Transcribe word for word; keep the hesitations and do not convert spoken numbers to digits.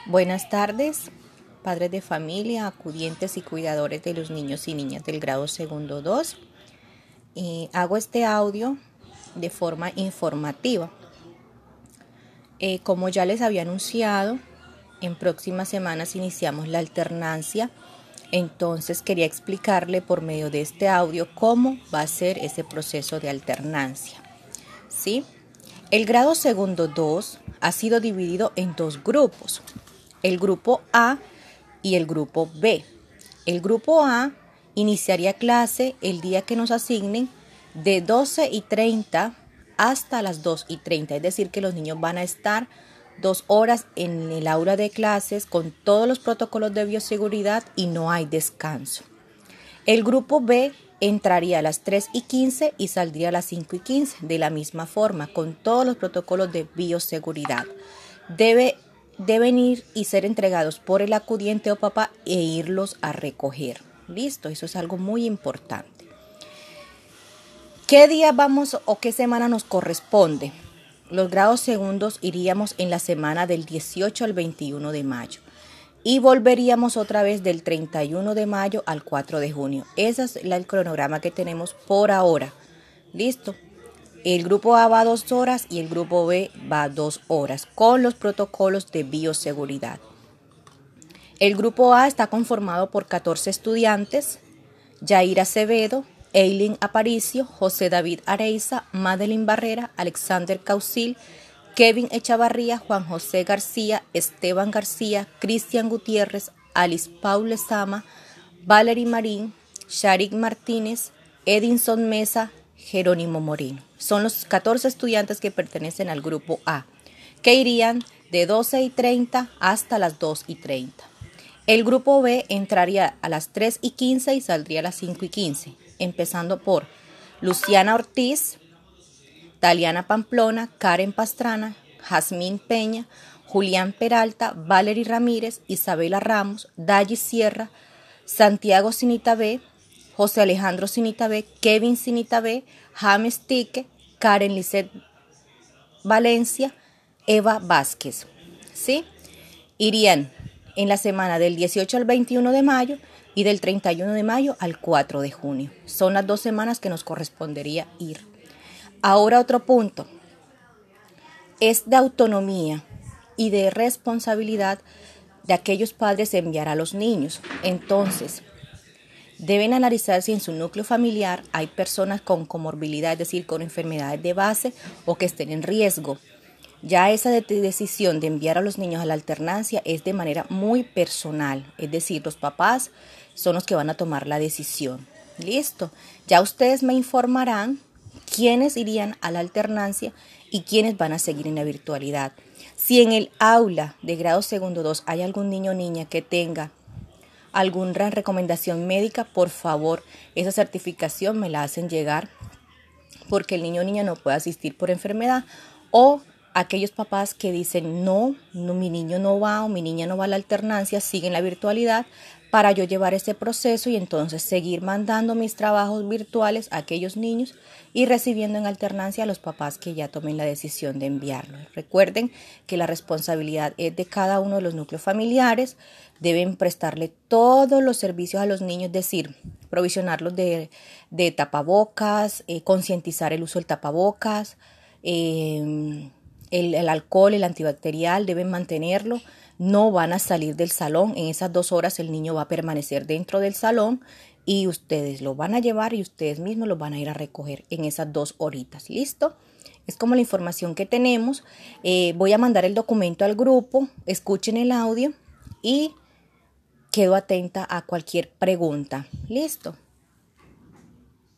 Buenas tardes, padres de familia, acudientes y cuidadores de los niños y niñas del grado segundo dos. Eh, hago este audio de forma informativa. Eh, como ya les había anunciado, en próximas semanas iniciamos la alternancia. Entonces quería explicarle por medio de este audio cómo va a ser ese proceso de alternancia. ¿Sí? El grado segundo dos ha sido dividido en dos grupos. El grupo A y el grupo B. El grupo A iniciaría clase el día que nos asignen de doce y treinta hasta las dos y treinta, es decir que los niños van a estar dos horas en el aula de clases con todos los protocolos de bioseguridad y no hay descanso. El grupo B entraría a las tres y quince y saldría a las cinco y quince de la misma forma con todos los protocolos de bioseguridad. Debe Deben ir y ser entregados por el acudiente o papá e irlos a recoger. Listo, eso es algo muy importante. ¿Qué día vamos o qué semana nos corresponde? Los grados segundos iríamos en la semana del dieciocho al veintiuno de mayo y volveríamos otra vez del treinta y uno de mayo al cuatro de junio. Ese es el cronograma que tenemos por ahora. Listo. El grupo A va dos horas y el grupo B va dos horas con los protocolos de bioseguridad. El grupo A está conformado por catorce estudiantes: Yair Acevedo, Eileen Aparicio, José David Areiza, Madeline Barrera, Alexander Causil, Kevin Echavarría, Juan José García, Esteban García, Cristian Gutiérrez, Alice Paul Lezama, Valerie Marín, Sharik Martínez, Edinson Mesa, Jerónimo Moreno. Son los catorce estudiantes que pertenecen al grupo A, que irían de doce y treinta hasta las dos y treinta. El grupo B entraría a las tres y quince y saldría a las cinco y quince, empezando por Luciana Ortiz, Taliana Pamplona, Karen Pastrana, Jazmín Peña, Julián Peralta, Valery Ramírez, Isabela Ramos, Dayi Sierra, Santiago Sinitabé, José Alejandro Sinitabé, Kevin Sinitabé, James Tique, Karen Lisset Valencia, Eva Vázquez. ¿Sí? Irían en la semana del dieciocho al veintiuno de mayo y del treinta y uno de mayo al cuatro de junio. Son las dos semanas que nos correspondería ir. Ahora otro punto. Es de autonomía y de responsabilidad de aquellos padres enviar a los niños. Entonces, deben analizar si en su núcleo familiar hay personas con comorbilidad, es decir, con enfermedades de base o que estén en riesgo. Ya esa de- decisión de enviar a los niños a la alternancia es de manera muy personal, es decir, los papás son los que van a tomar la decisión. Listo, ya ustedes me informarán quiénes irían a la alternancia y quiénes van a seguir en la virtualidad. Si en el aula de grado segundo dos hay algún niño o niña que tenga alguna recomendación médica, por favor, esa certificación me la hacen llegar, porque el niño o niña no puede asistir por enfermedad, o aquellos papás que dicen no, no, mi niño no va o mi niña no va a la alternancia, siguen la virtualidad para yo llevar ese proceso y entonces seguir mandando mis trabajos virtuales a aquellos niños y recibiendo en alternancia a los papás que ya tomen la decisión de enviarlo. Recuerden que la responsabilidad es de cada uno de los núcleos familiares. Deben prestarle todos los servicios a los niños, es decir, provisionarlos de, de tapabocas, eh, concientizar el uso del tapabocas, eh, el, el alcohol, el antibacterial, deben mantenerlo. No van a salir del salón. En esas dos horas el niño va a permanecer dentro del salón y ustedes lo van a llevar y ustedes mismos lo van a ir a recoger en esas dos horitas. ¿Listo? Es como la información que tenemos. Eh, voy a mandar el documento al grupo. Escuchen el audio y quedo atenta a cualquier pregunta. ¿Listo?